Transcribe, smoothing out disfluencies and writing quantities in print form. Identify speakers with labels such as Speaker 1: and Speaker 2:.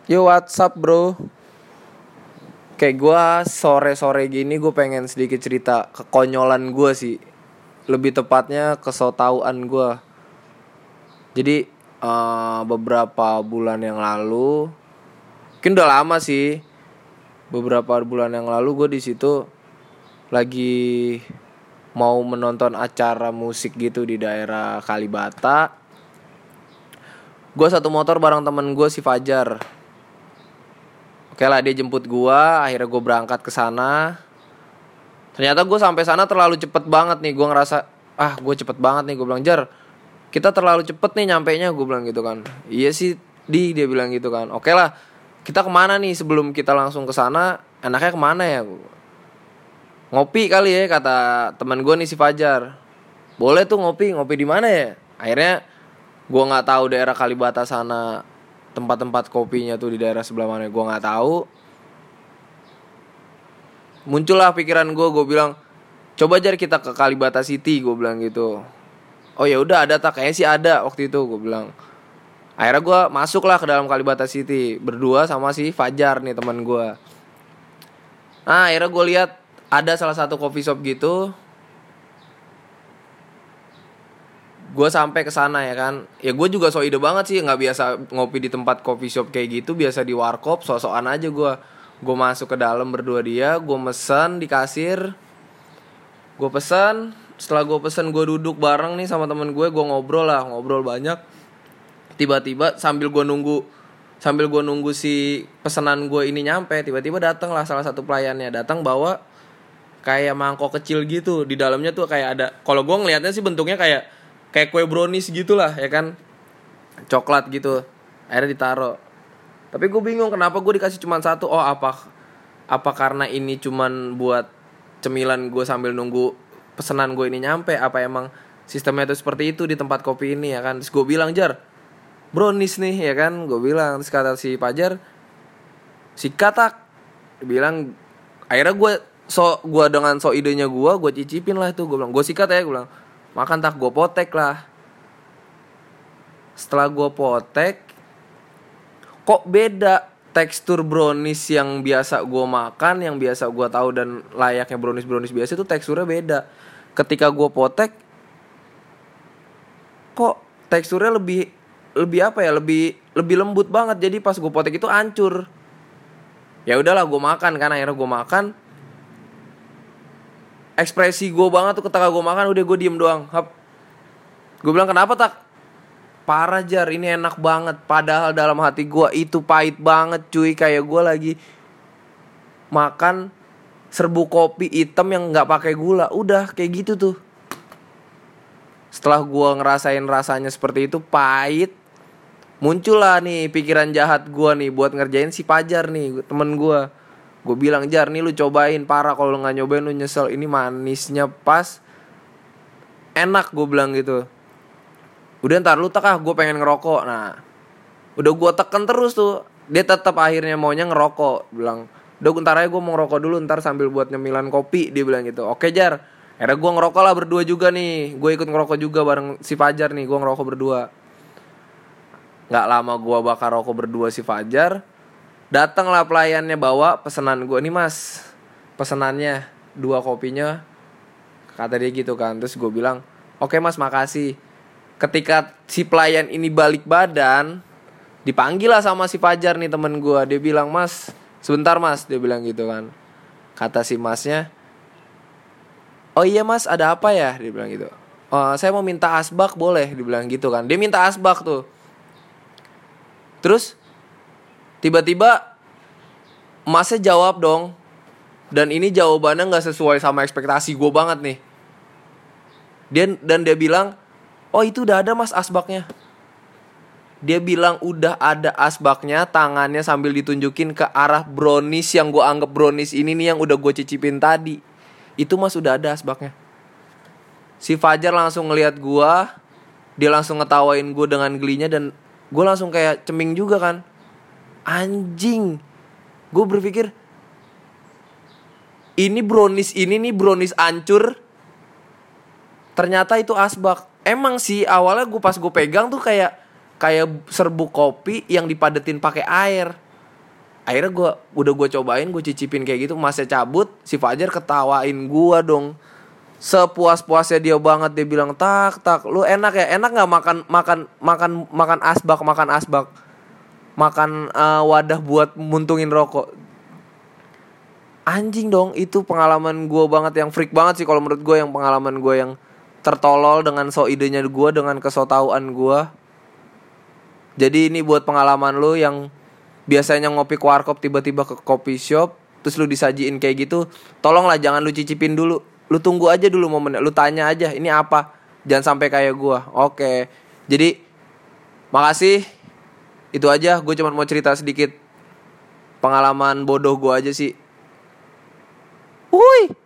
Speaker 1: Yo, what's up bro? Kayak gue sore-sore gini gue pengen sedikit cerita kekonyolan gue sih. Lebih tepatnya kesotauan gue. Jadi beberapa bulan yang lalu, mungkin udah lama sih. Beberapa bulan yang lalu gue di situ lagi mau menonton acara musik gitu di daerah Kalibata. Gue satu motor bareng temen gue si Fajar. Oke lah, dia jemput gua, akhirnya gue berangkat ke sana. Ternyata gue sampai sana terlalu cepet banget nih. Gue ngerasa, gue cepet banget nih. Gue bilang, Jar, kita terlalu cepet nih nyampenya. Gue bilang gitu kan. Iya sih, dia bilang gitu kan. Oke lah, kita kemana nih sebelum kita langsung ke sana? Enaknya kemana ya? Ngopi kali ya, kata teman gue nih si Fajar. Boleh tuh ngopi di mana ya? Akhirnya gue nggak tahu daerah Kalibata sana tempat-tempat kopinya tuh di daerah sebelah mana, gue nggak tahu. Muncullah pikiran gue bilang, coba aja kita ke Kalibata City, gue bilang gitu. Oh ya udah, ada tak? Kayaknya sih ada waktu itu, gue bilang. Akhirnya gue masuklah ke dalam Kalibata City berdua sama si Fajar nih teman gue. Nah akhirnya gue lihat ada salah satu coffee shop gitu. Gue sampai ke sana ya kan. Ya gue juga so ide banget sih, nggak biasa ngopi di tempat coffee shop kayak gitu, biasa di warkop, so-soan aja gue. Gue masuk ke dalam berdua dia, gue mesen di kasir. Gue pesan, setelah gue pesen gue duduk bareng nih sama temen gue ngobrol banyak. Tiba-tiba sambil gue nunggu si pesanan gue ini nyampe, tiba-tiba datang lah salah satu pelayannya, datang bawa kayak mangkok kecil gitu. Di dalamnya tuh kayak ada, kalau gue ngelihatnya sih bentuknya kayak kue brownies gitulah ya kan, coklat gitu. Akhirnya ditaro. Tapi gue bingung kenapa gue dikasih cuma satu. Oh apa karena ini cuman buat cemilan gue sambil nunggu pesanan gue ini nyampe. Apa emang sistemnya itu seperti itu di tempat kopi ini ya kan. Terus gue bilang, Jar, brownies nih ya kan, gue bilang. Terus kata si Fajar, sikat tak. Dia bilang. Akhirnya gue dengan idenya gue cicipin lah itu. Gue bilang, gue sikat ya, gue bilang. Makan tak, gue potek lah. Setelah gue potek, kok beda tekstur brownies yang biasa gue makan, yang biasa gue tahu dan layaknya brownies biasa itu teksturnya beda. Ketika gue potek, kok teksturnya lebih apa ya, lebih lembut banget. Jadi pas gue potek itu hancur. Ya udahlah, gue makan kan. Akhirnya gue makan. Ekspresi gue banget tuh ketika gue makan, udah gue diem doang. Gue bilang, kenapa tak? Parah Jar, ini enak banget. Padahal dalam hati gue itu pahit banget cuy. Kayak gue lagi makan serbuk kopi hitam yang gak pakai gula. Udah kayak gitu tuh. Setelah gue ngerasain rasanya seperti itu, pahit, muncullah nih pikiran jahat gue nih buat ngerjain si Fajar nih, temen gue. Gue bilang, Jar, nih lu cobain, parah kalau lu gak nyobain lu nyesel. Ini manisnya pas, enak, gue bilang gitu. Udah ntar lu tak gue pengen ngerokok. Nah udah gue tekan terus tuh, dia tetap akhirnya maunya ngerokok. Bilang, udah ntar aja gue mau ngerokok dulu, ntar sambil buat nyemilan kopi. Dia bilang gitu. Oke Jar. Akhirnya gue ngerokok lah berdua juga nih. Gue ikut ngerokok juga bareng si Fajar nih. Gue ngerokok berdua. Gak lama gue bakar rokok berdua si Fajar, datanglah pelayannya bawa pesanan gue. Nih mas, pesanannya 2 kopinya, kata dia gitu kan. Terus gue bilang, oke mas, makasih. Ketika si pelayan ini balik badan, dipanggil lah sama si Fajar nih temen gue. Dia bilang, mas, sebentar mas, dia bilang gitu kan. Kata si masnya, oh iya mas, ada apa ya? Dia bilang gitu. Oh, saya mau minta asbak boleh? Dia bilang gitu kan. Dia minta asbak tuh. Terus tiba-tiba masnya jawab dong. Dan ini jawabannya gak sesuai sama ekspektasi gue banget nih. Dia bilang, oh itu udah ada mas asbaknya. Dia bilang udah ada asbaknya, tangannya sambil ditunjukin ke arah brownies yang gue anggap brownies ini nih yang udah gue cicipin tadi. Itu mas udah ada asbaknya. Si Fajar langsung ngelihat gue, dia langsung ngetawain gue dengan gelinya. Dan gue langsung kayak ceming juga kan. Anjing. Gue berpikir, ini nih brownies hancur, ternyata itu asbak. Emang sih awalnya pas gue pegang tuh kayak serbuk kopi yang dipadetin pakai air. Akhirnya gue cobain, gue cicipin kayak gitu, masnya cabut, si Fajar ketawain gue dong. Sepuas-puasnya dia banget, dia bilang, tak, lu enak ya, enak nggak makan asbak, makan wadah buat muntungin rokok. Anjing dong, itu pengalaman gue banget, yang freak banget sih kalau menurut gue, yang pengalaman gue yang tertolol dengan so idenya gue, dengan kesotauan gue. Jadi ini buat pengalaman lu yang biasanya ngopi ke warkop tiba-tiba ke coffee shop, terus lu disajiin kayak gitu, tolonglah jangan lu cicipin dulu. Lu tunggu aja dulu momennya, lu tanya aja ini apa. Jangan sampai kayak gua. Oke. Jadi makasih. Itu aja, gue cuma mau cerita sedikit pengalaman bodoh gua aja sih. Wuih.